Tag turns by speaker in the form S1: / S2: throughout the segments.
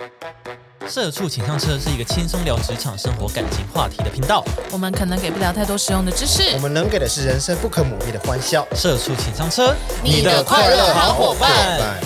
S1: 社畜请上车是一个轻松聊职场、生活、感情话题的频道。
S2: 我们可能给不了太多实用的知识，
S3: 我们能给的是人生不可磨灭的欢笑。
S1: 社畜请上车，
S2: 你的快乐好伙伴。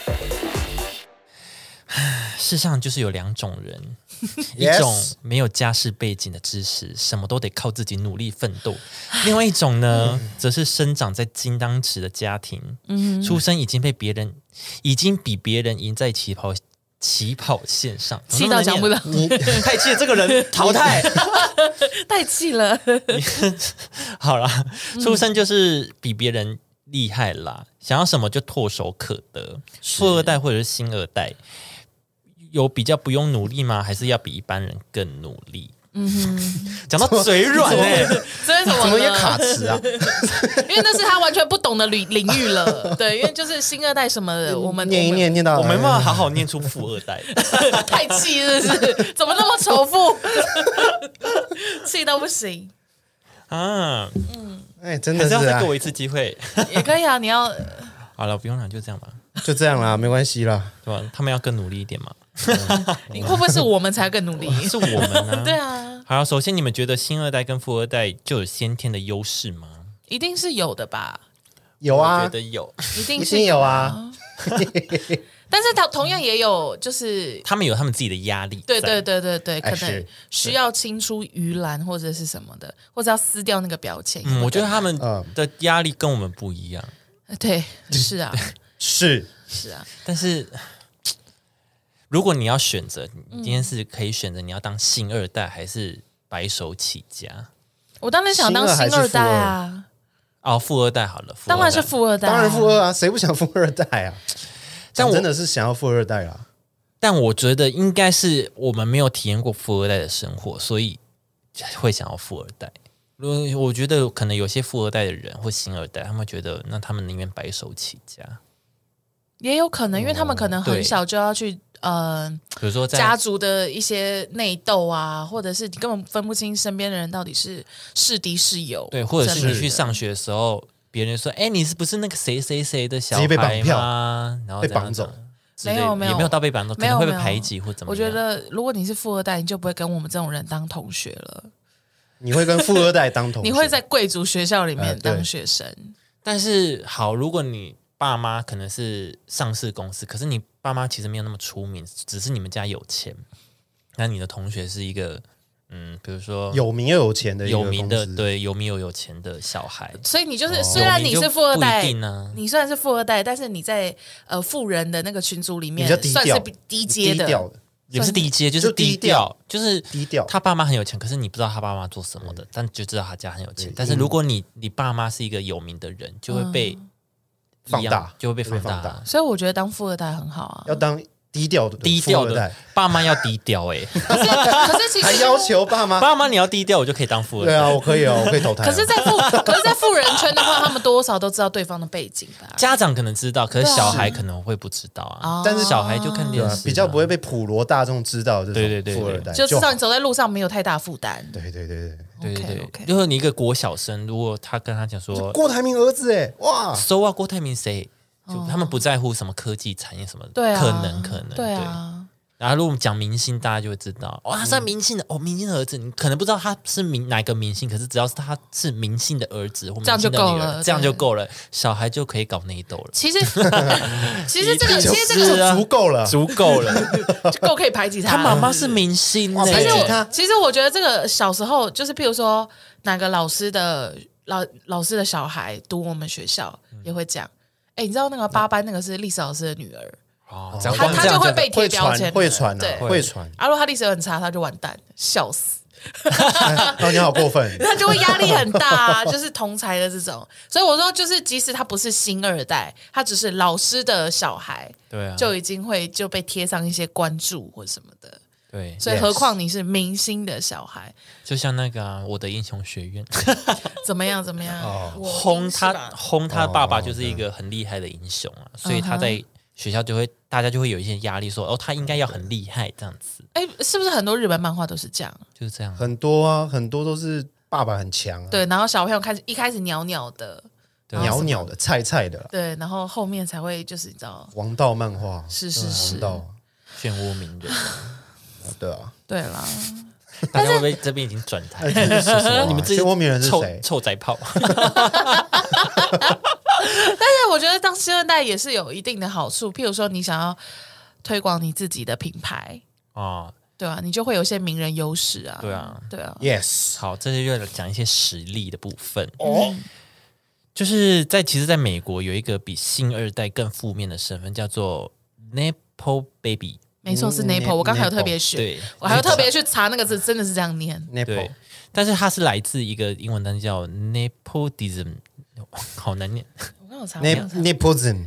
S1: 世上就是有两种人，一
S3: Yes
S1: 种没有家世背景的知识，什么都得靠自己努力奋斗；另外一种呢，则是生长在金汤匙的家庭，出生已经比别人赢在起跑线上，
S2: 气到讲不了，
S1: 你太气了，这个人淘汰。
S2: 太气了。
S1: 好啦，出生就是比别人厉害啦，想要什么就唾手可得。富二代或者是星二代，有比较不用努力吗？还是要比一般人更努力？讲到嘴软
S2: 所以
S3: 怎么也卡词啊？
S2: 因为那是他完全不懂的领域了。对，因为就是星二代什么的，我们
S3: 念一念到
S1: 我没办法好好念出富二代。
S2: 太气是不是？怎么那么仇富？气到不行
S1: 啊！
S3: 哎，真的
S1: 还是要
S3: 是
S1: 再给我一次机会。
S2: 也可以啊，你要
S1: 好了，不用了，就这样吧，
S3: 就这样啦，没关系啦。
S1: 对吧？他们要更努力一点嘛。
S2: 你会不会是我们才更努力？
S1: 是我们啊。
S2: 对啊，
S1: 好，首先你们觉得星二代跟富二代就有先天的优势吗？
S2: 一定是有的吧？
S3: 有啊，
S1: 我觉得有，
S2: 一定是
S3: 一定有啊。
S2: 但是他同样也有，就是
S1: 他们有他们自己的压力。
S2: 对，可能
S3: 是
S2: 需要清出鱼篮或者是什么的，或者要撕掉那个标签。
S1: 我觉得他们的压力跟我们不一样。
S2: 对，是啊，
S3: 是
S2: 啊。
S1: 但是如果你要选择，你今天是可以选择你要当星二代还是白手起家？
S2: 我当然想当星二代啊。
S1: 哦，富二代好了，
S2: 当然是富二代，
S3: 当然富二啊，谁不想富二代啊？但我真的是想要富二代啦。
S1: 但我觉得应该是我们没有体验过富二代的生活，所以会想要富二代。我觉得可能有些富二代的人或星二代，他们觉得那他们宁愿白手起家，
S2: 也有可能，因为他们可能很小就要去
S1: 比如说
S2: 家族的一些内斗啊，或者是你根本分不清身边的人到底是是敌是友，
S1: 对，或者是你去上学的时候，别人说：“哎，你是不是那个谁谁谁的小孩吗？”然后
S3: 被绑走，
S2: 没有，
S1: 也没有到被绑走，可能会被排挤或怎么样。
S2: 我觉得如果你是富二代，你就不会跟我们这种人当同学了。
S3: 你会跟富二代当同学，
S2: 你会在贵族学校里面当学生。
S1: 但是好，如果你爸妈可能是上市公司，可是你爸妈其实没有那么出名，只是你们家有钱，那你的同学是一个比如说
S3: 有名又有钱的一个公司，
S1: 有名的，对，有名又有钱的小孩，
S2: 所以你就是虽然你是富二代，你虽然是富二代，但是你在富人的那个群组里面算是低阶的。
S1: 也不是低阶，就是低调，就是
S3: 低调。
S1: 他爸妈很有钱，可是你不知道他爸妈做什么的，但就知道他家很有钱。但是如果你爸妈是一个有名的人，就会被
S3: 放大，
S1: 就会被放大。
S2: 所以我觉得当富二代很好啊，
S3: 要当低调的
S1: 爸妈要低调
S2: 可是其实
S3: 还要求爸妈
S1: 你要低调，我就可以当富二代。
S3: 对啊，我可以哦，我可以投胎。
S2: 可是在富人圈的话，他们多少都知道对方的背景吧？
S1: 家长可能知道，可是小孩可能会不知道啊。
S3: 但是
S1: 小孩就看电视，
S3: 比较不会被普罗大众知道。
S1: 对，
S3: 富二代
S2: 就知道你走在路上没有太大负担。
S3: 对，
S1: 就是你一个国小生，如果他跟他讲说
S3: 郭台铭儿子哎，哇
S1: ，so 啊，郭台铭谁？就他们不在乎什么科技产业什么的，
S2: 对啊，
S1: 可能，
S2: 对啊。
S1: 然后如果我们讲明星，大家就会知道，他是明星的明星的儿子，你可能不知道他是哪个明星，可是只要是他是明星的儿子或明星的女儿，这样就够了，小孩就可以搞内斗了。
S2: 其实这个
S3: 就足够了，
S1: 就
S2: 够可以排挤他。
S1: 他妈妈是明星，
S3: 排挤他。
S2: 其实我觉得这个小时候就是，譬如说哪个老师的小孩读我们学校也会讲。你知道那个8班那个是历史老师的女儿，他就会被贴标签，
S3: 会传。
S2: 如果他历史很差，他就完蛋，笑死。
S3: 你好过分，
S2: 他就会压力很大，就是同才的这种。所以我说，就是即使他不是星二代，他只是老师的小孩，
S1: 对啊，
S2: 就已经会就被贴上一些关注或什么的。
S1: 对，
S2: 所以何况你是明星的小孩，
S1: 就像那个我的英雄学院，
S2: 怎么样？
S1: 轰他爸爸就是一个很厉害的英雄啊，所以他在学校大家就会有一些压力，说他应该要很厉害这样子。
S2: 是不是很多日本漫画都是这样？
S1: 就是这样，
S3: 很多啊，很多都是爸爸很强，
S2: 对，然后小朋友一开始袅袅的，
S3: 菜的，
S2: 对，然后后面才会就是你知道，
S3: 王道漫画
S2: 是。
S1: 漩涡鸣人，
S3: 对啊，
S2: 对啦，
S1: 大家会不会这边已经转台？
S3: 是什么？
S1: 你们这
S3: 漩涡鸣人是
S1: 臭
S3: 谁？
S1: 臭仔炮，
S2: 但是我觉得当新二代也是有一定的好处，譬如说你想要推广你自己的品牌，
S1: 哦，
S2: 对啊，你就会有一些名人优势啊，
S1: 对啊，
S2: 对啊，
S3: Yes，
S1: 好，这就要讲一些实力的部分哦。就是其实在美国有一个比星二代更负面的身份，叫做 Nepo Baby。
S2: 没错是 Naple， 我刚才有特别学，
S1: 对，
S2: 我还有特别去查那个字，真的是这样念。
S1: 对
S3: Nipple，
S1: 但是它是来自一个英文单词叫 Nepotism， 好难念
S2: 我刚有查，
S3: Nepotism，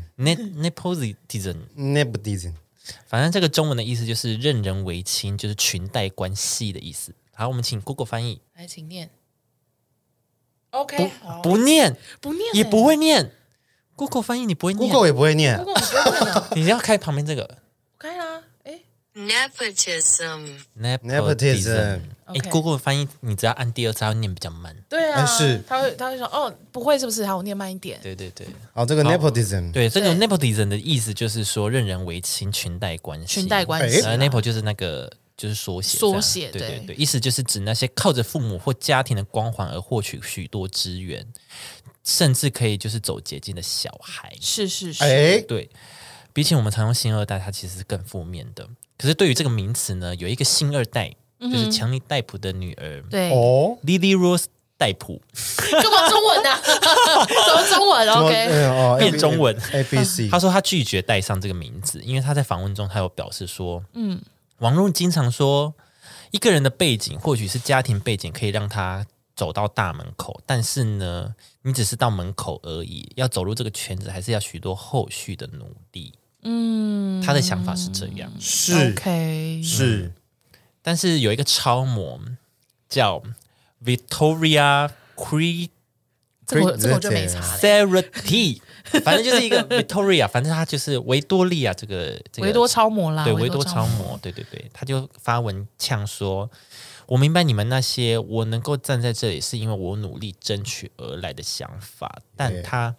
S1: ，Nepotism。反正这个中文的意思就是任人唯亲，就是裙带关系的意思。好，我们请 Google 翻译。
S2: 来，请念。OK，好
S1: 不念，
S2: 不念
S1: 也不会念。Google 翻译你不会念
S3: Google 也不会念，
S2: Google 你不会念哦，
S1: 你要开旁边这个
S2: 我开啦，哎
S4: Nepotism.
S3: Nepotism
S1: 哎
S2: OK
S1: ，Google 翻译你只要按第二次，它会念比较慢。
S2: 对啊，
S3: 是
S2: 他会说哦，不会是不是？好，我念慢一点。
S1: 对对对
S3: 好，这个 Nepotism，
S1: 对，这个
S2: 对
S1: Nepotism 的意思就是说任人唯亲，裙带关系。
S2: 裙带关系啊
S1: Nepo 就是那个就是缩写，
S2: 缩写对
S1: 这样对对对，意思就是指那些靠着父母或家庭的光环而获取许多资源，甚至可以就是走捷径的小孩。
S2: 是是是，
S3: 哎，
S1: 对，比起我们常用星二代，它其实是更负面的。可是对于这个名词呢，有一个星二代，就是强尼戴普的女儿，
S2: 对，
S3: 哦，
S1: Lily Rose 戴普，
S2: 干嘛中文啊？怎么中文
S3: 怎么
S2: ？OK，
S3: 哦
S1: 变中文
S3: A B C，
S1: 她说她拒绝带上这个名字，因为她在访问中她有表示说，网络经常说一个人的背景或许是家庭背景可以让他走到大门口，但是呢，你只是到门口而已，要走入这个圈子还是要许多后续的努力。他的想法是这样，
S3: 是
S2: OK，
S3: 是
S1: 但是有一个超模叫 Victoria Cree
S2: 这个我就没查了。
S1: Sarah T， 反正就是一个 Victoria， 反正她就是维多利亚这个
S2: 维多超模啦，
S1: 对维多超模，对对对，他就发文呛说：“我明白你们那些我能够站在这里是因为我努力争取而来的想法，但他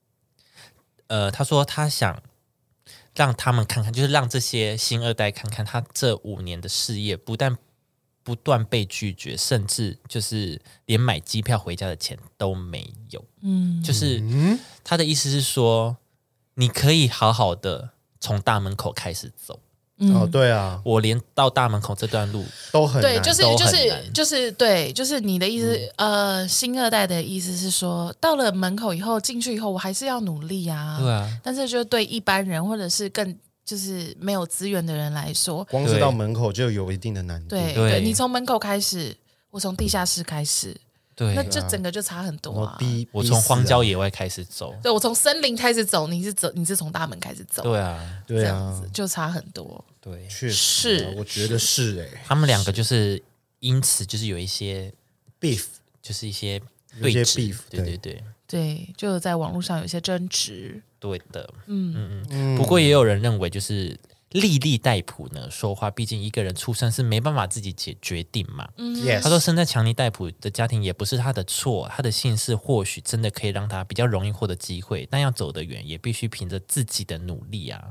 S1: 说他想让他们看看，就是让这些新二代看看他这5年的事业，不但不断被拒绝，甚至就是连买机票回家的钱都没有。就是他的意思是说，你可以好好的从大门口开始走。
S3: 哦，对啊，
S1: 我连到大门口这段路
S3: 都很难，
S2: 对，就是
S1: 都
S2: 就是
S1: 很难
S2: 就是对，就是你的意思，新二代的意思是说，到了门口以后，进去以后，我还是要努力啊。
S1: 对啊，
S2: 但是就对一般人或者是更就是没有资源的人来说，
S3: 光是到门口就有一定的难度。
S2: 对
S1: 对
S2: 你从门口开始，我从地下室开始，
S1: 对
S2: 那这整个就差很多
S3: 然后
S2: 啊。
S1: 我从荒郊
S3: 野，
S1: 野外开始走。
S2: 对我从森林开始走，你是从大门开始走，
S1: 对啊，
S3: 对
S2: 这样
S3: 啊
S2: 子，就差很多。
S1: 对，
S3: 确实
S2: 是
S3: 啊，我觉得是哎
S1: 他们两个就是因此就是有一些
S3: ，beef
S1: 就是一些
S3: 有一些
S1: 对峙
S3: beef，
S1: 对对对
S2: 对，就在网络上有一些争执。
S1: 对的，不过也有人认为就是莉莉戴普呢说话，毕竟一个人出生是没办法自己决定嘛。
S3: ，yes，
S1: 他说生在强尼戴普的家庭也不是他的错，他的姓氏或许真的可以让他比较容易获得机会，但要走得远也必须凭着自己的努力啊。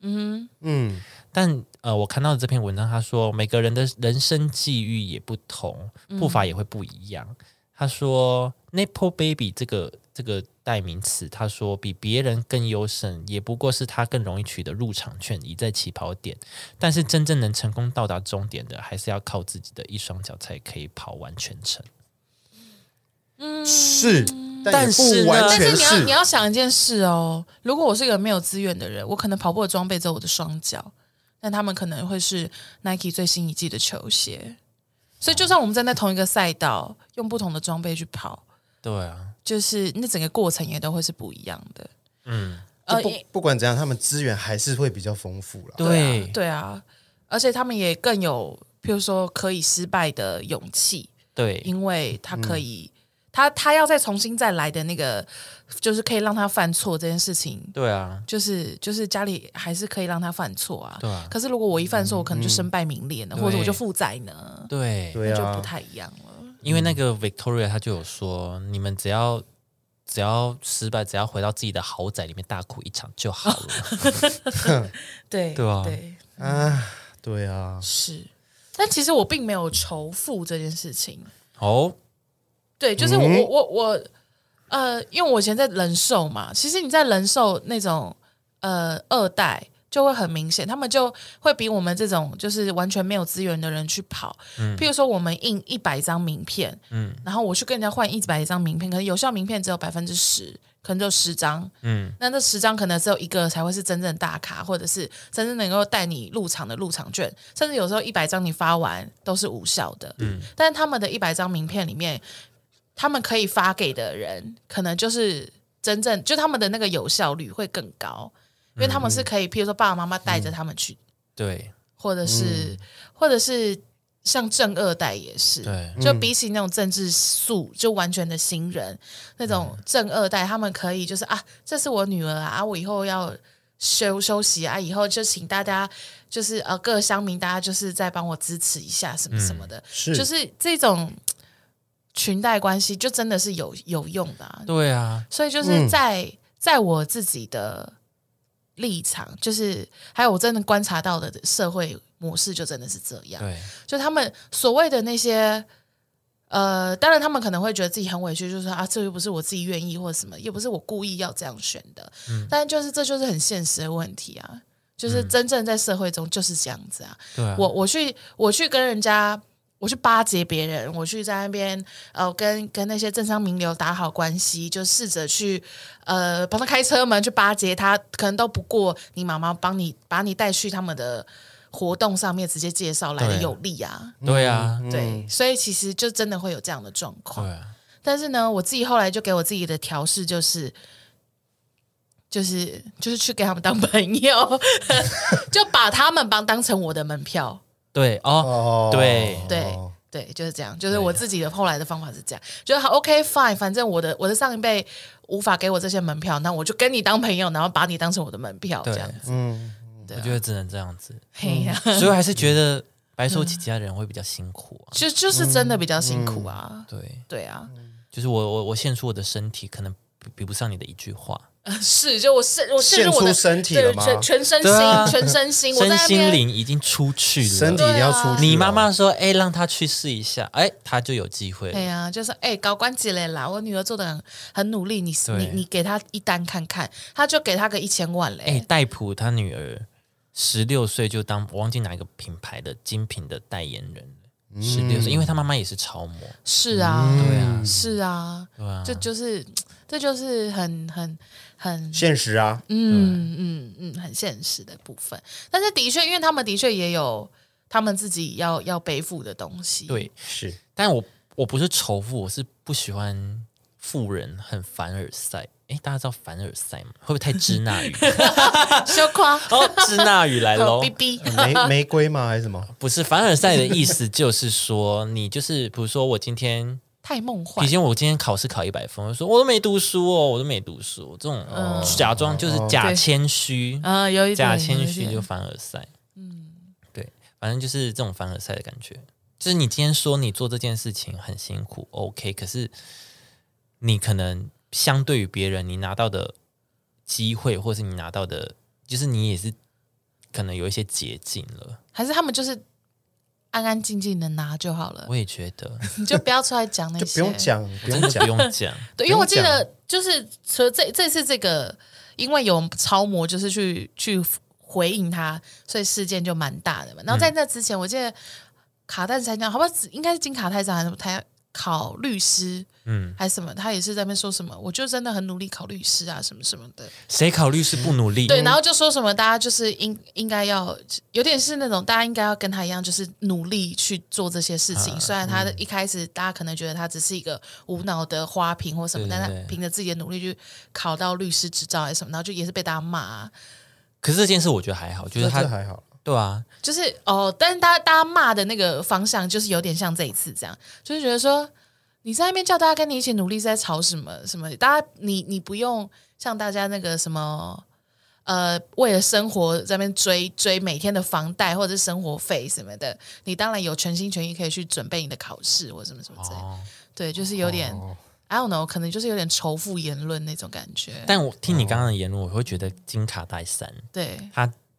S1: 但我看到的这篇文章，他说每个人的人生际遇也不同，步伐也会不一样。他说 Nepo Baby 这个代名词，他说比别人更优胜，也不过是他更容易取得入场券，赢在起跑点。但是真正能成功到达终点的，还是要靠自己的一双脚才可以跑完全程。
S3: 是，但也
S1: 是呢
S3: 不完
S2: 但
S3: 全
S2: 是你要想一件事哦，如果我是一个没有资源的人，我可能跑步的装备只有我的双脚，但他们可能会是 Nike 最新一季的球鞋，所以就算我们站在同一个赛道，用不同的装备去跑，
S1: 对啊，
S2: 就是那整个过程也都会是不一样的。
S3: 不管怎样，他们资源还是会比较丰富了。
S1: 对
S2: 对啊，而且他们也更有，譬如说可以失败的勇气，
S1: 对
S2: 因为他可以，他要再重新再来的那个，就是可以让他犯错这件事情，
S1: 对啊，
S2: 就是家里还是可以让他犯错啊。
S1: 对啊
S2: 可是如果我一犯错，我可能就身败名裂了，或者我就负债呢，
S1: 对，
S3: 对啊
S2: 那就不，太一样了。
S1: 因为那个 Victoria 他就有说，你们只要失败，只要回到自己的豪宅里面大哭一场就好了。
S2: 对
S1: 对啊
S2: 对，
S3: 啊，对啊，
S2: 是，但其实我并没有仇富这件事情。
S1: 哦，
S2: 对，就是我因为我以前在人寿嘛，其实你在人寿那种二代就会很明显，他们就会比我们这种就是完全没有资源的人去跑。譬如说我们印100张名片，然后我去跟人家换100张名片，可能有效名片只有10%，可能就10张，那10张可能只有1个才会是真正大卡，或者是真正能够带你入场的入场券，甚至有时候100张你发完都是无效的。但是他们的100张名片里面，他们可以发给的人，可能就是真正就他们的那个有效率会更高，因为他们是可以，譬如说爸爸妈妈带着他们去，
S1: 对
S2: 或者是像正二代也是，
S1: 对，
S2: 就比起那种政治素就完全的新人，那种正二代，他们可以就是啊，这是我女儿啊，我以后要休息啊，以后就请大家就是各乡民大家就是再帮我支持一下什么什么的，
S3: 是
S2: 就是这种裙带关系就真的是有用的啊，
S1: 对啊，
S2: 所以就是在我自己的立场，就是还有我真的观察到的社会模式，就真的是这样。
S1: 对，
S2: 就他们所谓的那些，当然他们可能会觉得自己很委屈，就是说啊，这又不是我自己愿意或者什么，也不是我故意要这样选的。但就是这就是很现实的问题啊，就是真正在社会中就是这样子啊。
S1: 对啊，
S2: 我去跟人家。我去巴结别人，我去在那边跟那些政商名流打好关系，就试着去帮他开车门去巴结他，可能都不过你妈妈把你带去他们的活动上面直接介绍来的有利啊，
S1: 对啊，
S2: 对，所以其实就真的会有这样的状况。
S1: 对啊，
S2: 但是呢，我自己后来就给我自己的调试就是去给他们当朋友，就把他们当成我的门票。
S1: 对哦，对
S2: 对，就是这样。就是我自己的后来的方法是这样，觉得好 OK fine，反正我的上一辈无法给我这些门票，那我就跟你当朋友，然后把你当成我的门票，这样子。对啊，
S1: 我觉得只能这样子，
S2: 嘿呀，
S1: 所以我还是觉得白手起家的人会比较辛苦啊。
S2: 就是真的比较辛苦啊。
S1: 对
S2: 啊，
S1: 就是我献出我的身体，可能比不上你的一句话。
S2: 是，就我献入我的
S3: 献出身体了吗？
S2: 全身
S1: 对啊
S2: 心，全身心，我在
S1: 身心
S2: 那边
S1: 灵已经出去了，
S3: 身体一定要出去。
S1: 你妈妈说：“哎，让她去试一下，哎，她就有机会了。”
S2: 对呀，就是搞关节了啦！我女儿做的很努力，你给她一单看看，她就给她个1000万嘞。
S1: 哎，戴普他女儿16岁就当我忘记哪一个品牌的精品的代言人了，16岁，因为他妈妈也是超模。
S2: 是啊，
S1: 对啊，
S2: 是啊，
S1: 对啊，
S2: 这就是很
S3: 现实啊，
S2: 很现实的部分。但是的确，因为他们的确也有他们自己要背负的东西。
S1: 对，
S3: 是。
S1: 但我不是仇富，我是不喜欢富人很凡尔赛。哎，大家知道凡尔赛吗？会不会太支那语？
S2: 羞夸
S1: 哦，支那语来喽！
S2: 哔哔，
S3: 玫瑰吗？还是什么？
S1: 不是凡尔赛的意思，就是说你就是比如说我今天。
S2: 太梦幻。
S1: 以前我今天考试考100分，我说我都没读书哦，我都没读书，这种假装就是假谦虚，
S2: 有一点
S1: 假谦虚就凡尔赛，对，反正就是这种凡尔赛的感觉。就是你今天说你做这件事情很辛苦 ，OK， 可是你可能相对于别人，你拿到的机会，或是你拿到的，就是你也是可能有一些捷径了，
S2: 还是他们就是安安静静的拿就好了。
S1: 我也觉得，
S2: 你就不要出来讲那些，
S3: 就不用讲，
S1: 真的不用讲。
S2: 对，因为我记得就是除了这次这个，因为有超模就是去回应他，所以事件就蛮大的嘛。然后在那之前，我记得卡戴珊好不好？应该是金卡戴珊还是他考律师，还是什么？他也是在那边说什么，我就真的很努力考律师啊，什么什么的。
S1: 谁考律师不努力？
S2: 对，然后就说什么大家就是应该要有点是那种大家应该要跟他一样，就是努力去做这些事情。虽然他一开始大家可能觉得他只是一个无脑的花瓶或什么，
S1: 对对对，
S2: 但他凭着自己的努力去考到律师执照还是什么，然后就也是被大家骂啊。
S1: 可是这件事我觉得还好，就是他
S3: 还好，
S1: 对啊，
S2: 就是但是大家骂的那个方向就是有点像这一次这样，就是觉得说你在那边叫大家跟你一起努力是在吵什么什么？大家你不用像大家那个什么为了生活在那边追每天的房贷或者是生活费什么的，你当然有全心全意可以去准备你的考试或什么什么之类的。对，就是有点。I don't know， 可能就是有点仇富言论那种感觉。
S1: 但我听你刚刚的言论，我会觉得金卡戴珊，
S2: 对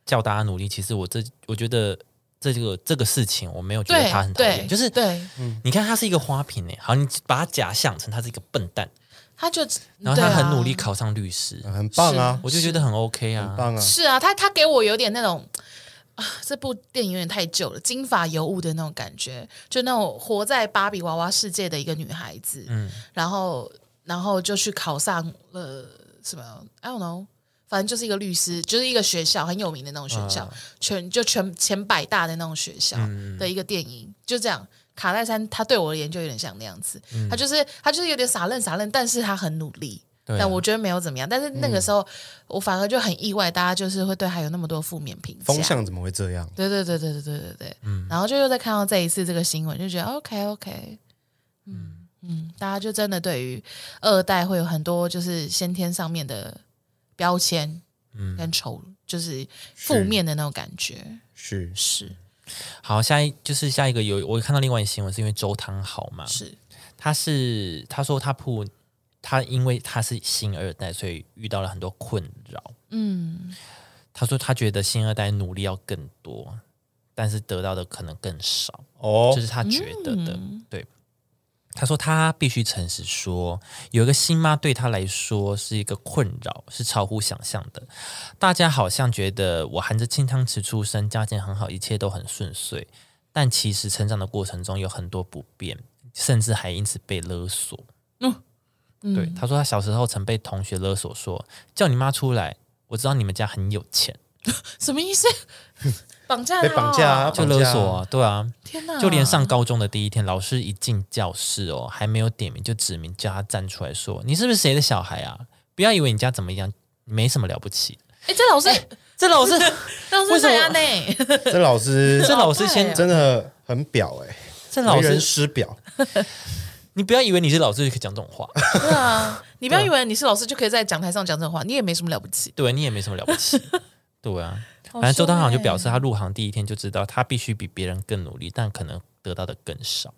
S1: 叫大家努力，其实我觉得这个事情我没有觉得他很讨厌，就是
S2: 对，
S1: 你看他是一个花瓶好，你把他假想成他是一个笨蛋，
S2: 他就
S1: 然后他很努力考上律师，
S3: 很棒啊，
S1: 我就觉得很 OK 啊，
S3: 很棒啊。
S2: 是啊，他给我有点那种。这部电影有点太旧了，金发尤物的那种感觉，就那种活在芭比娃娃世界的一个女孩子，然后就去考上了什么 I don't know， 反正就是一个律师，就是一个学校很有名的那种学校，全前100大的那种学校的一个电影，就这样。卡戴珊他对我而言就有点像那样子，他就是有点傻愣，但是他很努力。但我觉得没有怎么样，但是那个时候我反而就很意外，大家就是会对他有那么多负面评价，
S3: 风向怎么会这样？
S2: 对，然后就又再看到这一次这个新闻，就觉得 OK，大家就真的对于二代会有很多就是先天上面的标签，跟就是负面的那种感觉，是。
S1: 好，下一个我看到另外一个新闻，是因为周汤豪嘛，他说他因为他是新二代，所以遇到了很多困扰。他说他觉得新二代努力要更多，但是得到的可能更少。就是他觉得的。对，他说他必须诚实说，有一个新妈对他来说是一个困扰，是超乎想象的。大家好像觉得我含着金汤匙出生，家境很好，一切都很顺遂，但其实成长的过程中有很多不便，甚至还因此被勒索。对，他说他小时候曾被同学勒索说，叫你妈出来，我知道你们家很有钱。
S2: 什么意思？绑架
S3: 被绑架
S1: 就勒索啊，对啊，
S2: 天哪！
S1: 就连上高中的第一天，老师一进教室还没有点名就指名叫他站出来说，你是不是谁的小孩啊？不要以为你家怎么样，没什么了不起。
S2: 这老师为什么呢？
S3: 这老师
S1: 先
S3: 真的很表
S1: 这老师
S3: 为人师表。
S1: 你不要以为你是老师就可以讲这种话。
S2: 对啊，你不要以为你是老师就可以在讲台上讲这种话，你也没什么了不起。
S1: 对，你也没什么了不起。对啊，反正周汤豪就表示，他入行第一天就知道他必须比别人更努力，但可能得到的更少。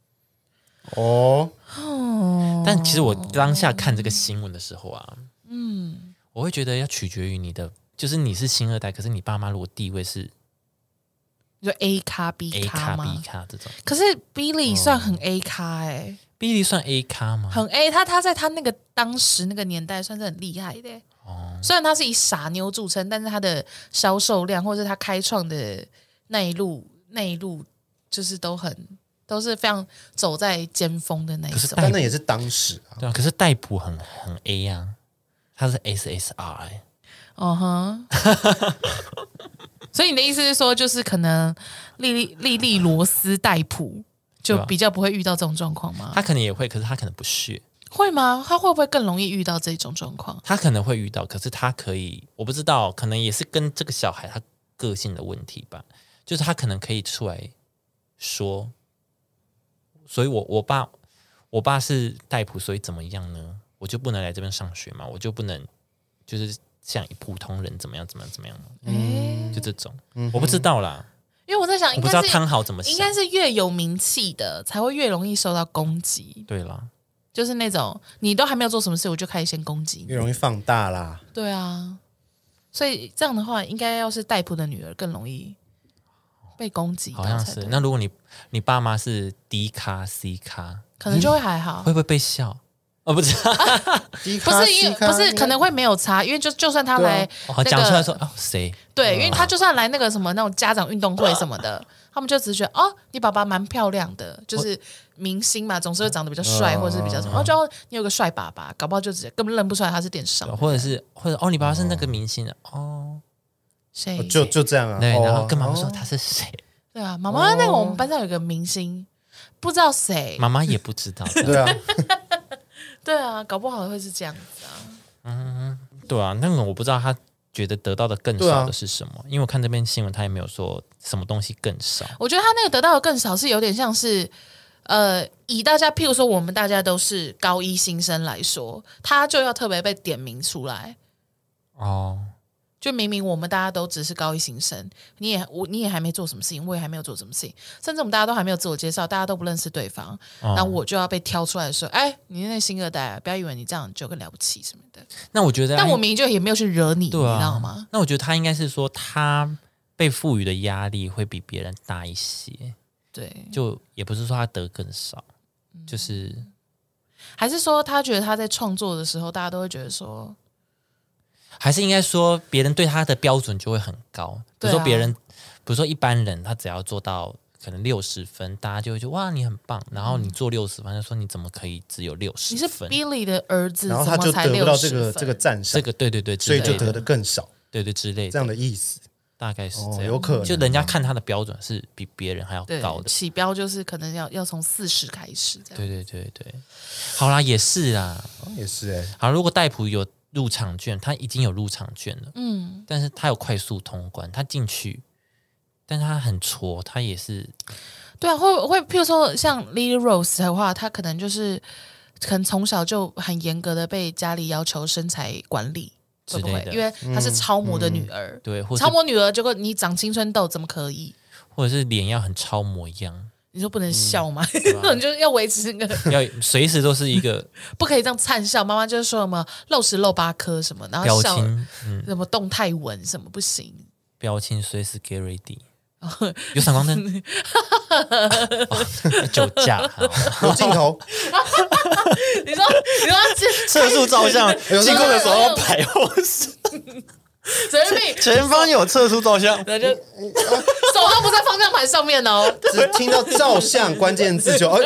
S1: 但其实我当下看这个新闻的时候啊，我会觉得要取决于你的，就是你是新二代，可是你爸妈如果地位是。
S2: 就 A 咖 B 咖吗
S1: B 咖这种，
S2: 可是 Billy 算很 A 咖
S1: Billy 算 A 咖吗？
S2: 很 A， 他在他那个当时那个年代算是很厉害的虽然他是以傻妞著称，但是他的销售量或者他开创的那一路就是都是非常走在尖峰的那一种。
S3: 但那也是当时啊。
S1: 对啊，可是戴普很 A 啊，他是 SSR
S2: 所以你的意思是说，就是可能莉罗斯戴普就比较不会遇到这种状况吗？
S1: 他可能也会，可是他可能不屑。
S2: 会吗？他会不会更容易遇到这种状况？
S1: 他可能会遇到，可是他可以，我不知道，可能也是跟这个小孩他个性的问题吧。就是他可能可以出来说，所以我爸是戴普，所以怎么样呢？我就不能来这边上学嘛？我就不能就是像普通人怎么样吗？就这种，我不知道啦。
S2: 因为我在想，
S1: 我不知道汤豪怎么想，
S2: 应该是越有名气的才会越容易受到攻击。
S1: 对啦，
S2: 就是那种你都还没有做什么事，我就开始先攻击你，
S3: 越容易放大啦。
S2: 对啊，所以这样的话，应该要是戴普的女儿更容易被攻击。
S1: 好像是。那如果你爸妈是 D 咖 C 咖，
S2: 可能就会还好，
S1: 会不会被笑？不知道，
S2: 不是，可能会没有差，因为就算他来
S1: 讲出来说谁？
S2: 对，因为他就算来那个什么那种家长运动会什么的，他们就只是觉得你爸爸蛮漂亮的，就是明星嘛，总是会长得比较帅，或者是比较什么，就你有个帅爸爸，搞不好就直接根本认不出来他是电视上，
S1: 或者你爸爸是那个明星的
S2: 谁？
S3: 就这样啊。
S1: 对，然后跟妈妈说他是谁？
S2: 对啊，妈妈那个我们班上有个明星，不知道谁，
S1: 妈妈也不知道。
S3: 对啊。
S2: 对啊，搞不好会是这样子啊。
S1: 对啊，那个我不知道他觉得得到的更少的是什么，因为我看这篇新闻，他也没有说什么东西更少。
S2: 我觉得他那个得到的更少是有点像是，以大家譬如说我们大家都是高一新生来说，他就要特别被点名出来。 就明明我们大家都只是高一新生，你也还没做什么事情，我也还没有做什么事情，甚至我们大家都还没有自我介绍，大家都不认识对方，然后我就要被挑出来说，哎，你那新二代啊，不要以为你这样就更了不起什么的。
S1: 那我觉得，
S2: 但我明明就也没有去惹你，
S1: 对啊，
S2: 你知道吗？
S1: 那我觉得他应该是说，他被赋予的压力会比别人大一些。
S2: 对，
S1: 就也不是说他得更少，就是
S2: 还是说他觉得他在创作的时候，大家都会觉得说，
S1: 还是应该说别人对他的标准就会很高。比如说别人，比如说一般人，他只要做到可能60分，大家就会觉得哇你很棒，然后你做60分，就说你怎么可以只有60分？
S2: 你是 Billy 的儿子，
S3: 然后他就得不到这个赞赏，
S1: 这个对，
S3: 所以就得的更少，
S1: 对之类的
S3: 这样的意思。
S1: 大概是这样，
S3: 有可能
S1: 就人家看他的标准是比别人还要高的，
S2: 起标就是可能要从40开始这样。
S1: 对，好啦，也是啦，
S3: 也是
S1: 好，如果戴普有入场券，他已经有入场券了，但是他有快速通关，他进去，但他很挫，他也是，
S2: 对啊，会，譬如说像 Lily Rose 的话，他可能从小就很严格的被家里要求身材管理。会不会？因为她是超模的女儿，
S1: 对，
S2: 超模女儿，结果你长青春痘，怎么可以？
S1: 或者是脸要很超模一样，
S2: 你说不能笑吗？你就要维持那个，
S1: 要随时都是一个
S2: 不可以这样灿笑。妈妈就是说什么露齿露8颗什么，然后笑
S1: 表情，
S2: 什么动态纹什么不行，
S1: 表情随时 get ready。有闪光灯，酒驾，
S3: 有镜头。
S2: 你说
S1: 测速照相，经过的时候要摆后视，前方有测速照相，
S2: 然后就手都不在方向盘上面哦，
S3: 只听到照相关键字就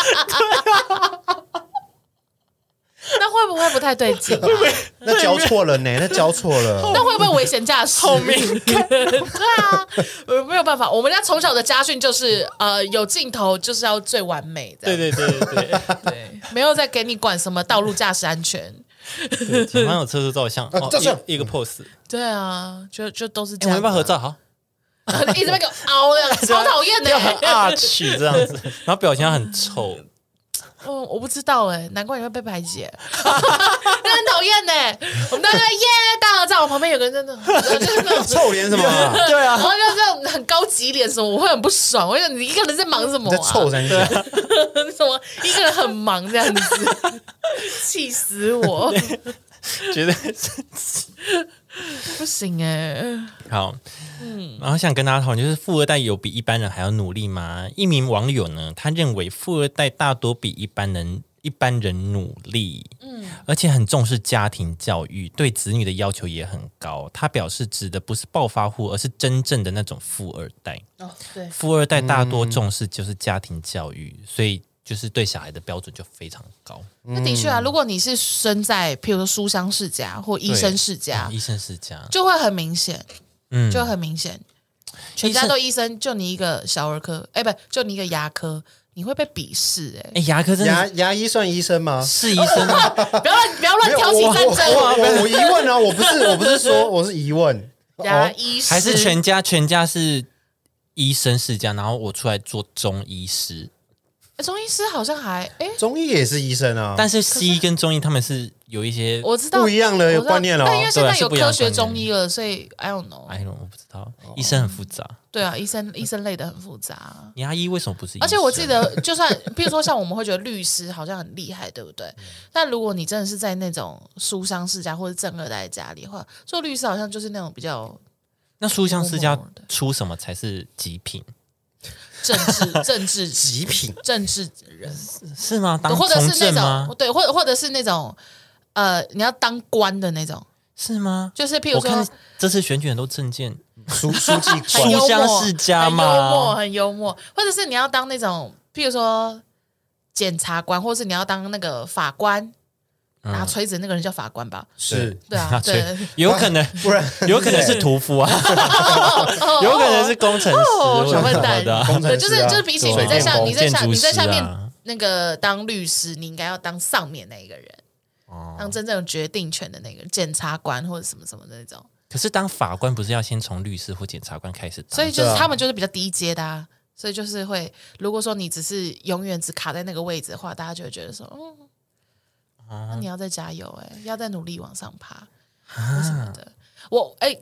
S2: 那会不会不太对劲啊？
S3: 那交错了呢？那交错了，
S2: 那会不会危险驾驶？
S1: 后面
S2: 对啊，没有办法，我们家从小的家训就是有镜头就是要最完美的，对，没有再给你管什么道路驾驶安全。
S1: 对，前方有测速照相，
S3: 照相
S1: 一个 pose。
S2: 对啊，就都是这样。
S1: 我们要不要合照？好，
S2: 一直在给我凹的，超讨厌的，
S1: 要很arch这样子，然后表情要很臭。
S2: 我不知道难怪你会被排挤，那很讨厌我们大家耶大合照，我旁边有个人真的就是那种
S3: 臭脸什么？
S1: 对啊，
S2: 然后就这种很高级脸什么，我会很不爽。我想你一个人在忙什么
S3: 在臭三下，
S2: 什么一个人很忙这样子，气死我！
S1: 觉得
S2: 不行
S1: 好，然后想跟大家讨论，就是富二代有比一般人还要努力吗？一名网友呢，他认为富二代大多比一般人努力，而且很重视家庭教育，对子女的要求也很高。他表示，指的不是暴发户，而是真正的那种富二代。
S2: 对，
S1: 富二代大多重视就是家庭教育，所以就是对小孩的标准就非常高。
S2: 那的确啊，如果你是生在譬如说书香世家或医生世家，
S1: 医生世家
S2: 就会很明显，就会很明显，全家都医生，就你一个小儿科，不，就你一个牙科，你会被鄙视
S1: 牙科真的
S3: 牙医算医生吗？
S1: 是医生啊！
S2: 不要乱挑起战争。
S3: 我疑问啊，我不是说我是疑问，
S2: 牙医师
S1: 还是全家是医生世家，然后我出来做中医师。
S2: 中医师好像还
S3: 中医也是医生啊，
S1: 但是西医跟中医他们是有一些
S2: 我知道
S3: 不一样的观念了。
S2: 但因为现在有
S1: 对啊是不一样
S2: 科学
S1: 的观念
S2: 中医了，所以 I don't know。
S1: 我不知道，医生很复杂。
S2: 对啊，医生类的很复杂。
S1: 牙医为什么不是医生？
S2: 而且我记得，就算譬如说像我们会觉得律师好像很厉害，对不对？但如果你真的是在那种书香世家或者正二代的家里的话，做律师好像就是那种比较
S1: 那书香世家出什么才是极品？
S2: 政治
S3: 极品
S2: 政治人
S1: 是吗？当
S2: 或者是那
S1: 从政吗
S2: 种对，或者是那种你要当官的那种，
S1: 是吗？
S2: 就是譬如说
S1: 我看这次选举很多政见，
S3: 书记
S2: 很幽默
S1: 书香世家吗？
S2: 很幽默，或者是你要当那种譬如说检察官，或者是你要当那个法官。拿锤子那个人叫法官吧？
S3: 是，
S2: 对啊，对，
S1: 有可能，
S3: 不然
S1: 有可能是屠夫啊，有可能是工程师，
S2: 小笨蛋对，就是比起你在下面那个当律师，你应该要当上面那一个人，当真正有决定权的那个检察官或者什么什么的那种。
S1: 可是当法官不是要先从律师或检察官开始当？
S2: 所以就是他们就是比较低阶的啊，所以就是会，如果说你只是永远只卡在那个位置的话，大家就会觉得说，那你要再加油要再努力往上爬，什么的。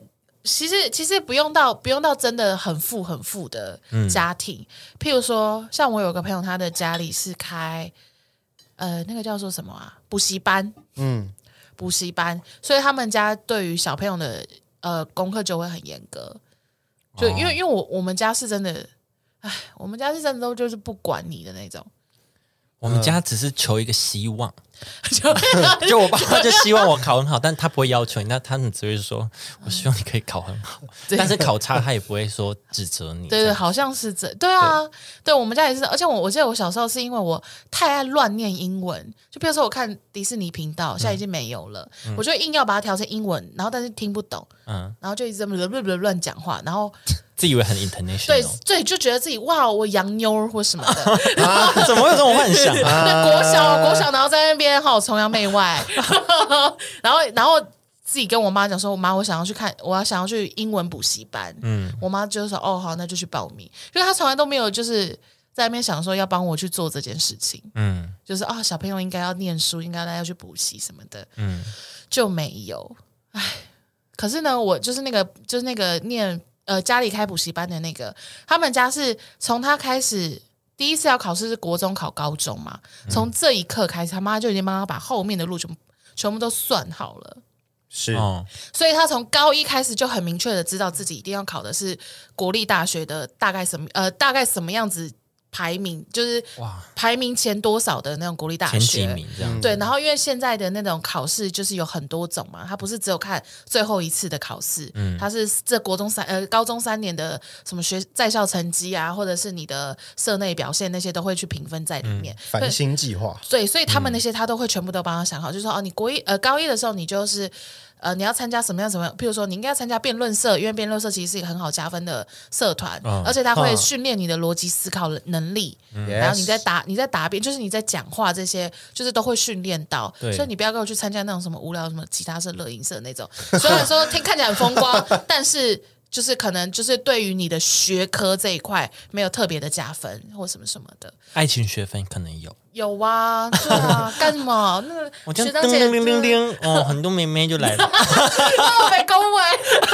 S2: 其实不用到真的很富的家庭，譬如说像我有个朋友，他的家里是开那个叫做什么啊补习班，补习班，所以他们家对于小朋友的功课就会很严格，就因为我们家是真的，我们家是真的都就是不管你的那种。
S1: 我们家只是求一个希望，就我爸爸就希望我考很好，但他不会要求你，那他们只会说我希望你可以考很好，但是考差他也不会说指责你。
S2: 对，好像是对啊，对我们家也是，而且我记得我小时候是因为我太爱乱念英文，就比如说我看迪士尼频道，现在已经没有了，我就硬要把它调成英文，然后但是听不懂，然后就一直这么乱讲话，然后。
S1: 自以为很 international，
S2: 对，就觉得自己哇，我洋妞或什么的，
S1: 怎么会有这种幻想？
S2: 对，国小，然后在那边崇洋媚外，然后自己跟我妈讲说，妈，我想要去英文补习班，我妈就说哦好，那就去报名，因为她从来都没有就是在那边想说要帮我去做这件事情，就是小朋友应该要念书，应该要去补习什么的，就没有，可是呢，我就是那个念。家里开补习班的那个，他们家是从他开始第一次要考试是国中考高中嘛，从这一刻开始，他妈就已经帮他把后面的路全部都算好了。
S3: 是，
S2: 所以他从高一开始就很明确的知道自己一定要考的是国立大学的大概什么样子。排名就是排名前多少的那种国立大学，
S1: 前几名这样。
S2: 对，然后因为现在的那种考试就是有很多种嘛，它不是只有看最后一次的考试，它是这高中3年的什么在校成绩啊，或者是你的社内表现那些都会去评分在里面。
S3: 繁星计划，
S2: 对，所以他们那些他都会全部都帮他想好，就是说你高一的时候你就是。你要参加什么样，譬如说你应该要参加辩论社，因为辩论社其实是一个很好加分的社团，而且它会训练你的逻辑思考能力，然后你在答辩，就是你在讲话这些，就是都会训练到，所以你不要跟我去参加那种什么无聊什么吉他社、乐音社那种，虽然说看起来很风光，但是就是可能就是对于你的学科这一块没有特别的加分或什么什么的，
S1: 爱情学分可能有
S2: 啊，对啊，干什么？那个
S1: 我这样叮哦，很多妹妹就来了，
S2: 被恭维。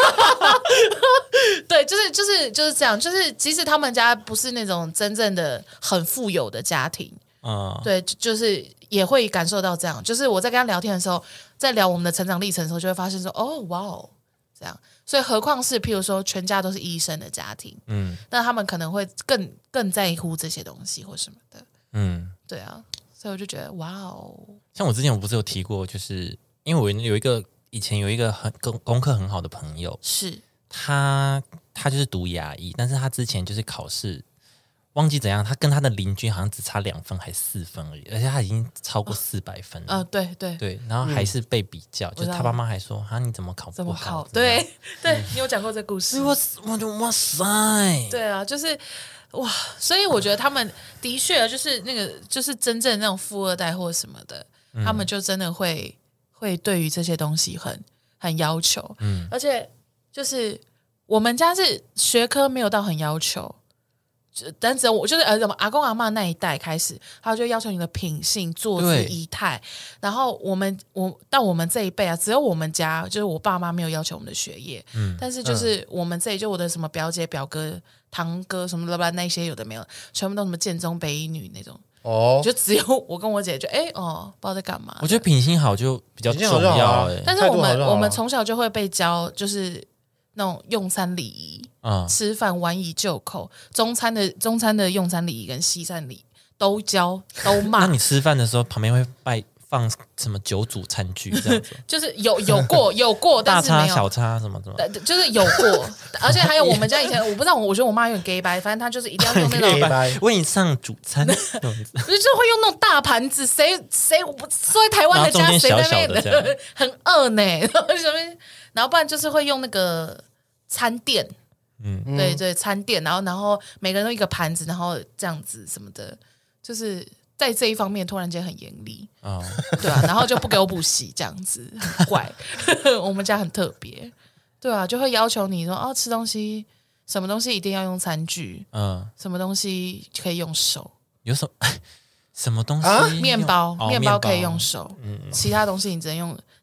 S2: 对，就是这样，就是即使他们家不是那种真正的很富有的家庭，对，就是也会感受到这样。就是我在跟他聊天的时候，在聊我们的成长历程的时候，就会发现说，哦，哇哦，这样。所以何况是譬如说全家都是医生的家庭，那他们可能会更在乎这些东西或什么的，对啊，所以我就觉得哇哦，
S1: 像我之前不是有提过，就是因为我以前有一个功课很好的朋友，
S2: 是
S1: 他就是读牙医，但是他之前就是考试忘记怎样，他跟他的邻居好像只差2分还4分而已，而且他已经超过400分了。对，然后还是被比较，就是他爸妈还说你怎么考不好？
S2: 对，你有讲过这故事，
S1: 我就哇塞，
S2: 对啊，就是哇，所以我觉得他们的确就是那个就是真正那种富二代或什么的，他们就真的会对于这些东西很要求，而且就是我们家是学科没有到很要求。但只有我就是阿公阿嬷那一代开始，他就要求你的品性、坐姿、仪态。然后到我们这一辈啊，只有我们家就是我爸妈没有要求我们的学业，但是就是我们这一就我的什么表姐、表哥、堂哥什么的那些有的没有，全部都什么建中、北一女那种。就只有我跟我姐就不知道在干嘛。
S1: 我觉得品性好就比较重要
S2: 但是我们从小就会被教就是那种用餐礼仪。吃饭碗以就口，中餐的用餐礼仪跟西餐礼仪都教都骂。
S1: 那你吃饭的时候旁边会放什么9组餐具这样子？
S2: 就是有过，但是没有
S1: 大叉小叉什么什么，
S2: 就是有过。而且还有我们家以前我不知道，我觉得我妈有点 gay 掰，反正她就是一定要用那种
S1: 为你上主餐，
S2: 不是就会用那种大盘子，谁我不坐在台湾的家，谁在那边很饿呢？然后不然就是会用那个餐垫。对，餐垫，然后每个人都一个盘子，然后这样子什么的，就是在这一方面突然间很严厉对啊，然后就不给我补习，这样子很怪。我们家很特别，对啊，就会要求你说吃东西，什么东西一定要用餐具，什么东西可以用手，
S1: 有什么东西？
S2: 面包可以用手，其他东西你只能用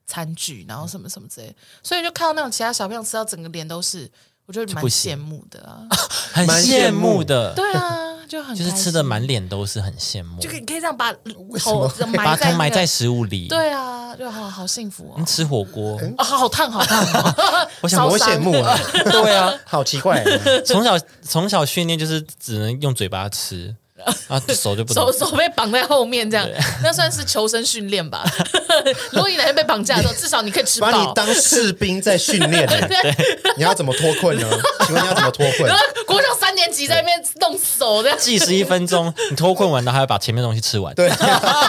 S2: 餐具，然后什么什么之类的，所以就看到那种其他小朋友吃到整个脸都是，我觉得蛮羡慕的啊，
S1: 很羡慕的，
S2: 对啊，就很
S1: 就是吃的满脸都是很羡慕，
S2: 就可以这样把头
S1: 把头埋在食物里，
S2: 对啊，就好幸福哦。
S1: 吃火锅
S2: 好烫好烫哦，
S3: 我想我羡慕啊，
S1: 对啊，
S3: 好奇怪，
S1: 从小训练就是只能用嘴巴吃。啊，手就不
S2: 手被绑在后面，这样那算是求生训练吧。如果你哪天被绑架的时候，至少你可以吃饱。
S3: 把你当士兵在训练呢，你要怎么脱困呢？请问你要怎么脱困？
S2: 国小3年级在那边弄手这样，
S1: 计时1分钟，你脱困完了还要把前面的东西吃完。
S3: 对，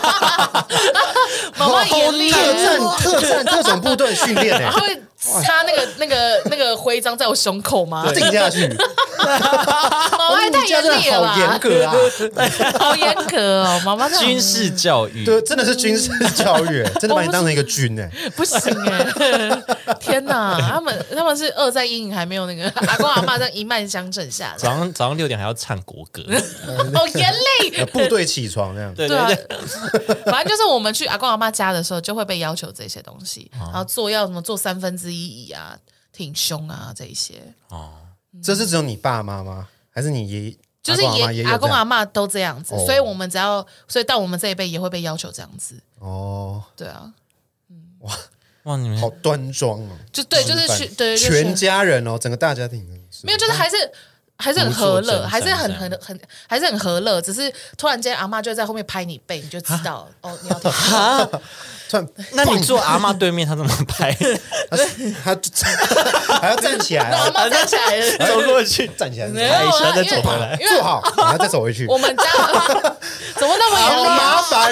S2: 妈妈严厉，
S3: 特种部队训练呢，
S2: 他会插那个徽章在我胸口吗？
S3: 定下去。
S2: 妈妈太严厉了吧，
S3: 好严格啊，
S2: 好严格哦，妈妈
S1: 军事教育，
S3: 对，真的是军事教育，真的把你当成一个军哎，
S2: 不行哎，天哪，他们是2在阴影还没有那个阿公阿嬷这样一脉相承下来，
S1: 早上6点还要唱国歌，
S2: 好严厉，
S3: 部队起床这样，
S1: 对，
S2: 反正就是我们去阿公阿嬷家的时候，就会被要求这些东西，然后要什么做1/3椅啊、挺胸啊这一些。
S1: 哦，
S3: 这是只有你爸妈吗？还是你爷？
S2: 就是阿公阿嬷都这样子，所以我们所以到我们这一辈也会被要求这样子。
S3: 哦，
S2: 对啊，
S1: 哇，你们
S3: 好端庄哦，
S2: 就对，就是对，
S3: 全家人哦，整个大家庭
S2: 没有，就是还是很和乐，还是很和乐，只是突然间阿嬷就在后面拍你背，你就知道哦，你要听。
S1: 那你坐阿嬷对面，他怎么拍？
S3: 他还要站起来，
S2: 阿嬷站起来
S1: 走过去，
S3: 站起来，
S1: 拍一下再走回来，
S3: 坐好，然后再走回去。
S2: 我们家怎么那么严厉？
S3: 好麻烦，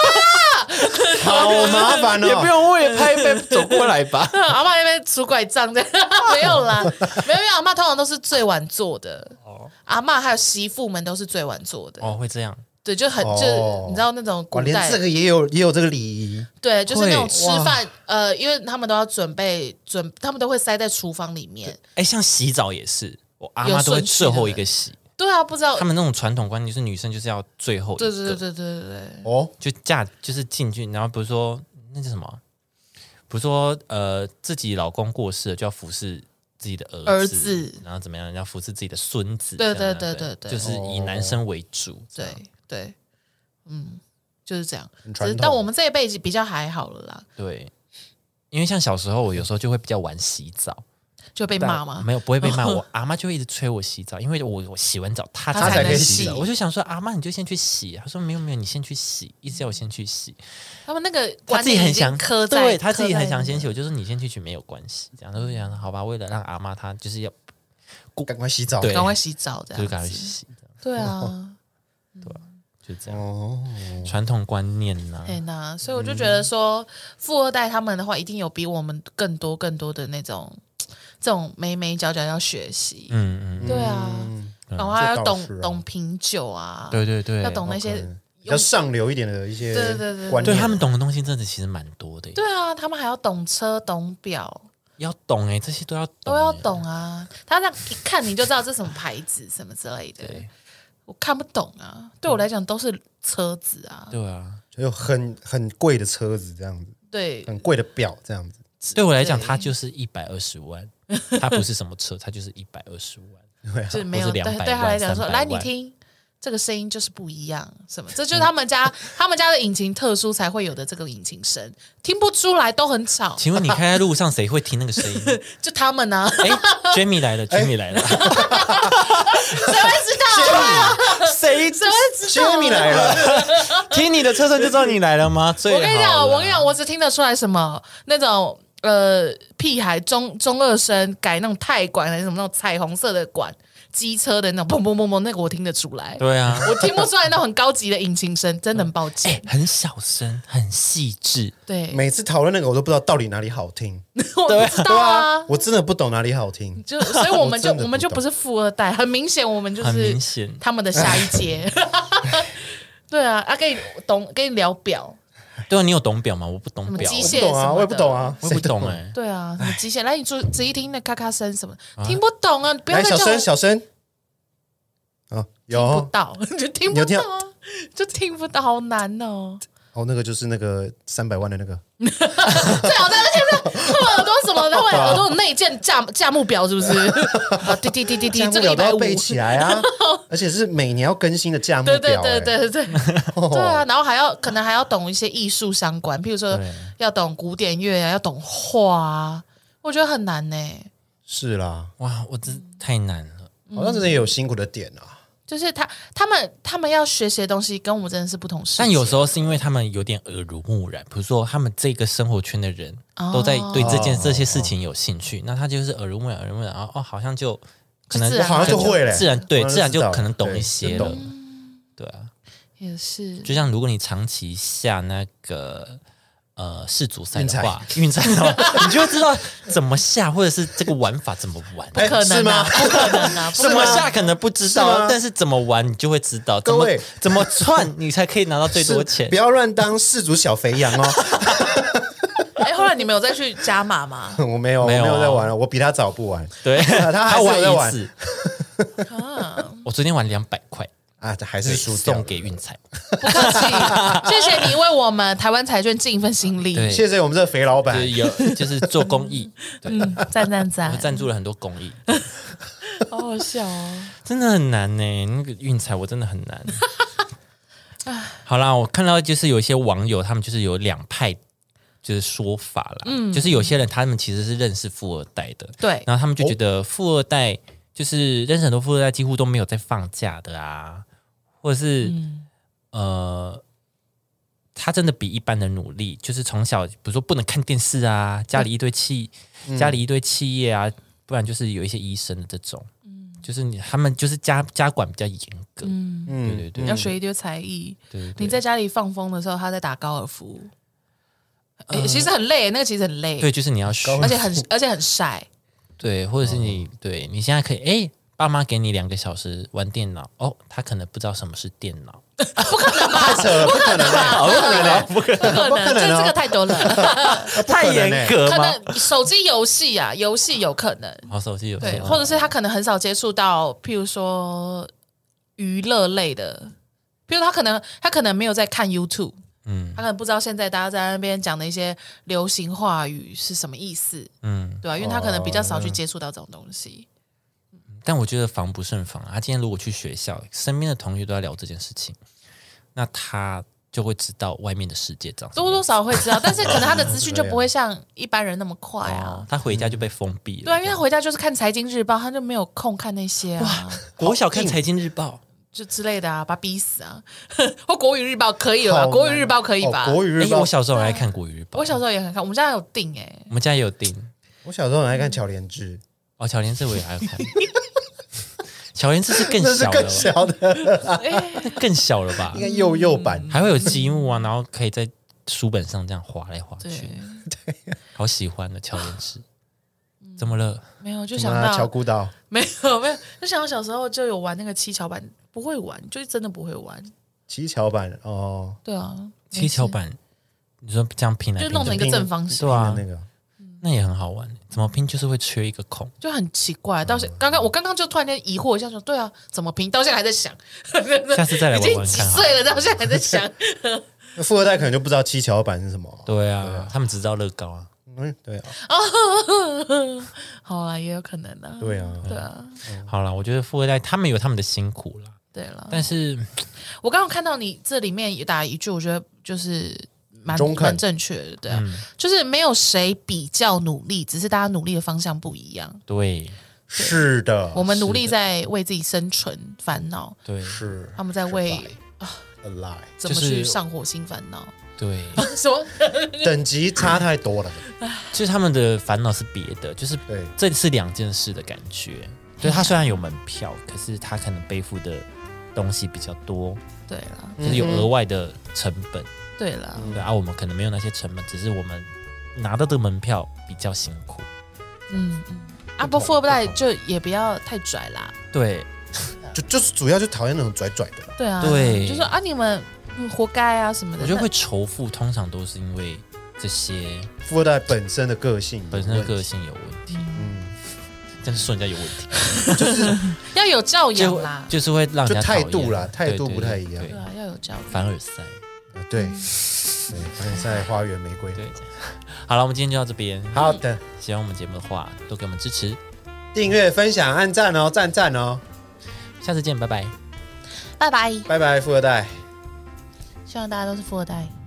S3: 好麻烦哦！
S1: 也不用为了拍背走过来吧？
S2: 阿嬷那边拄拐杖的，没有啦，没有，因为阿嬷通常都是最晚做的。阿嬷还有媳妇们都是最晚做的。
S1: 哦，会这样。
S2: 对，就你知道那种古代，
S3: 连这个也有这个礼仪。
S2: 对，就是那种吃饭，因为他们都要他们都会塞在厨房里面。
S1: 哎，像洗澡也是，我阿嬷都会最后一个洗。
S2: 对啊，不知道
S1: 他们那种传统观念就是女生就是要最后一个。
S2: 对。
S3: 哦，
S1: 就是进去，然后比如说那叫什么？比如说自己老公过世了，就要服侍自己的儿子，然后怎么样，要服侍自己的孙子。
S2: 对，
S1: 就是以男生为主。
S2: 对，就是这样。但我们这一辈比较还好了啦。
S1: 对，因为像小时候，我有时候就会比较晚洗澡，
S2: 就被骂吗？
S1: 没有，不会被骂。我阿嬷就会一直催我洗澡，因为我洗完澡，她
S2: 才
S1: 能
S2: 洗澡。
S1: 我就想说，阿嬷你就先去洗。她说没有，你先去洗，一直要我先去洗。
S2: 他们那个
S1: 他自己很想
S2: 对
S1: 他自己很想先洗，我就说你先去没有关系。这样他就想好吧，为了让阿嬷她就是要
S3: 赶快洗澡，
S2: 赶快洗澡，这样
S1: 就赶快去洗。
S2: 对啊。
S1: 就这样，传统观念呐。
S2: 对呐，所以我就觉得说，富二代他们的话，一定有比我们更多的那种这种眉角角要学习。对啊，然后还要懂品酒啊，
S1: 对，
S2: 要懂那些
S3: 比较上流一点的一些观念，
S1: 对他们懂的东西真的其实蛮多的。
S2: 对啊，他们还要懂车懂表，
S1: 要懂这些都
S2: 要懂啊。他这样一看你就知道这什么牌子什么之类的。我看不懂啊，对我来讲都是车子啊。
S1: 对啊，
S3: 就有很贵的车子这样子，
S2: 对，
S3: 很贵的表这样子。
S1: 对我来讲，它就是120万，它不是什么车，它就是120万，
S3: 对啊，
S2: 就是没有。对他来讲说，来你听。这个声音就是不一样，什么？这就是他们家的引擎特殊才会有的这个引擎声，听不出来都很吵。
S1: 请问你开在路上，谁会听那个声音？
S2: 就他们呢
S1: ？Jamie 来了，Jamie 来了，
S2: 谁会知道？谁会知道
S3: ？Jamie 来了，
S1: 听你的车声就知道你来了吗？
S2: 我跟你讲，我只听得出来什么那种屁孩中二生改那种泰管还是什么那种彩虹色的管。机车的那种砰砰砰砰，那个我听得出来。
S1: 对啊，
S2: 我听不出来那种很高级的引擎声，真的很抱歉。
S1: 很小声，很细致。
S2: 对，
S3: 每次讨论那个我都不知道到底哪里好听。
S2: 我不知道啊，
S3: 我真的不懂哪里好听。
S2: 所以我们就不是富二代，很明显我们就是他们的下一阶。对啊，跟你聊表。
S1: 对啊，你有懂表吗？我不懂表，
S2: 机械
S3: 懂啊，我也不懂啊，
S1: 我也不懂
S2: 对啊，什么机械？来，你仔细听那咔咔声什么，听不懂啊！不要
S3: 再小声。
S2: 听不到就听不到啊，就听不到，好难哦。
S3: 哦，那个就是那个300万的那个，
S2: 最好在那前面他们耳朵什么的，会耳朵有内建价目表是不是？滴滴滴滴滴，这个
S3: 价目表都要
S2: 150
S3: 背起来啊，而且是每年要更新的价目表。
S2: 对，对啊，然后可能还要懂一些艺术相关，譬如说要懂古典乐啊，要懂画啊，我觉得很难呢。
S3: 是啦，
S1: 哇，我真太难了。
S3: 好像真的也有辛苦的点啊。
S2: 就是他们要学习的东西跟我们真的是不同世界。
S1: 但有时候是因为他们有点耳濡目染，比如说他们这个生活圈的人都在对这些事情有兴趣，那他就是耳濡目染，然后好像就可能
S3: 我好像就会了，
S1: 自然就可能懂一些了。对啊，
S2: 也是。
S1: 就像如果你长期下那个世足赛的话，运彩的话，你就会知道怎么下，或者是这个玩法怎么玩。
S2: 不可能啊，不可能啊！
S1: 怎么下可能不知道，但是怎么玩你就会知道。
S3: 各位
S1: 怎么串你才可以拿到最多钱？
S3: 不要乱当世足小肥羊哦。
S2: 后来你们有再去加码吗？
S3: 我没有在玩了，我比他早不玩。
S1: 对，
S3: 他还是有在玩
S1: 一次。我昨天玩200块。
S3: 啊，这还是输掉
S1: 送给运彩，
S2: 不客气，谢谢你为我们台湾彩券尽一份心力，
S3: 谢谢我们这个肥老板，
S1: 就是做公益，
S2: 赞，
S1: 我赞助了很多公益，
S2: 好好笑哦，
S1: 真的很难呢，那个运彩我真的很难。好啦，我看到就是有一些网友他们就是有2派就是说法啦，就是有些人他们其实是认识富二代的，
S2: 对，
S1: 然后他们就觉得富二代就是认识很多富二代几乎都没有在放假的啊。或者是他真的比一般人努力，就是从小比如说不能看电视啊，家里一堆企业啊，不然就是有一些医生的这种，就是他们就是家管比较严格，对，
S2: 要学一堆才艺。
S1: 对，
S2: 你在家里放风的时候，他在打高尔夫，其实很累，那个其实很累，
S1: 对，就是你要学，
S2: 而且很晒，对，
S1: 或者是你现在可以爸妈给你2个小时玩电脑哦，他可能不知道什么是电脑，
S2: 不可能吧？
S3: 太扯了，不可能，
S2: 不可能，这个太多了，
S1: 太严格吗？
S2: 可能手机游戏啊，游戏有可能，
S1: 手机游戏，
S2: 对，或者是他可能很少接触到，譬如说娱乐类的，譬如他可能没有在看 YouTube，他可能不知道现在大家在那边讲的一些流行话语是什么意思，对吧？因为他可能比较少去接触到这种东西。
S1: 但我觉得防不胜防啊！他今天如果去学校，身边的同学都在聊这件事情，那他就会知道外面的世界长什么样，
S2: 多多少少会知道，但是可能他的资讯就不会像一般人那么快啊。
S1: 他回家就被封闭了，
S2: 对啊，因为他回家就是看财经日报，他就没有空看那些啊。
S1: 国小看财经日报
S2: 就之类的啊，把他逼死啊！或国语日报可以了吧？国语日报可以吧？
S3: 国语日报，
S1: 我小时候很爱看国语日报，
S2: 我小时候也很看，我们家有订
S1: 我们家也有订。
S3: 我小时候很爱看巧莲智，
S1: 巧莲智我也爱看。巧莲智是更小的，
S3: 更小的，
S1: 更小了吧？
S3: 应该幼版，
S1: 还会有积木啊，然后可以在书本上这样划来划去，
S3: 对，
S1: 好喜欢的巧莲智。怎么了？
S2: 没有，就想到
S3: 巧孤岛，
S2: 没有，就想到小时候就有玩那个七巧板，不会玩，就是真的不会玩。
S3: 七巧板哦，
S2: 对啊，
S1: 七巧板，你说这样拼来拼去，
S2: 就弄成一个正方形，
S1: 对啊，
S3: 那个。
S1: 那也很好玩，怎么拼就是会缺一个孔，
S2: 就很奇怪。我刚刚就突然间疑惑一下，说对啊，怎么拼？到现在还在想，
S1: 下次再来玩玩看。
S2: 已经几岁了，到现在还在想。
S3: 富二代可能就不知道七巧板是什么。
S1: 对啊，他们只知道乐高啊。
S3: 对啊。
S2: 好啊，也有可能啊。
S3: 对啊，
S2: 对啊。
S1: 好啦，我觉得富二代他们有他们的辛苦啦。
S2: 对了，
S1: 但是
S2: 我刚刚看到你这里面也打一句，我觉得就是蛮正确的，对啊，就是没有谁比较努力，只是大家努力的方向不一样。
S1: 对，
S3: 是的，
S2: 我们努力在为自己生存烦恼，
S1: 对，
S3: 是
S2: 他们在为
S3: alive
S2: 怎么去上火星烦恼。
S1: 对，
S2: 什么
S3: 等级差太多了，
S1: 就是他们的烦恼是别的，就是这是2件事的感觉。对，他虽然有门票，可是他可能背负的东西比较多，
S2: 对了，
S1: 就是有额外的成本。
S2: 对了，
S1: 对啊，我们可能没有那些成本，只是我们拿到的门票比较辛苦。
S2: 不富二代就也不要太拽啦。
S1: 对，
S3: 就是主要就讨厌那种拽拽的。
S2: 对啊，
S1: 对，
S2: 就说啊你们活该啊什么的。
S1: 我觉得会仇富，通常都是因为这些
S3: 富二代本身的个性有
S1: 问题。这样说人家有问题，
S2: 就是要有教养啦，
S1: 就是会让人家
S3: 态度啦，态度不太一样。
S2: 对啊，要有教养。
S1: 凡尔赛。
S3: 对，凡尔赛花园玫瑰。
S1: 对，好了，我们今天就到这边。
S3: 好的，
S1: 喜欢我们节目的话，多给我们支持，
S3: 订阅、分享、按赞哦，赞哦！
S1: 下次见，拜拜。
S2: 拜拜，
S3: 拜拜，富二代。
S2: 希望大家都是富二代。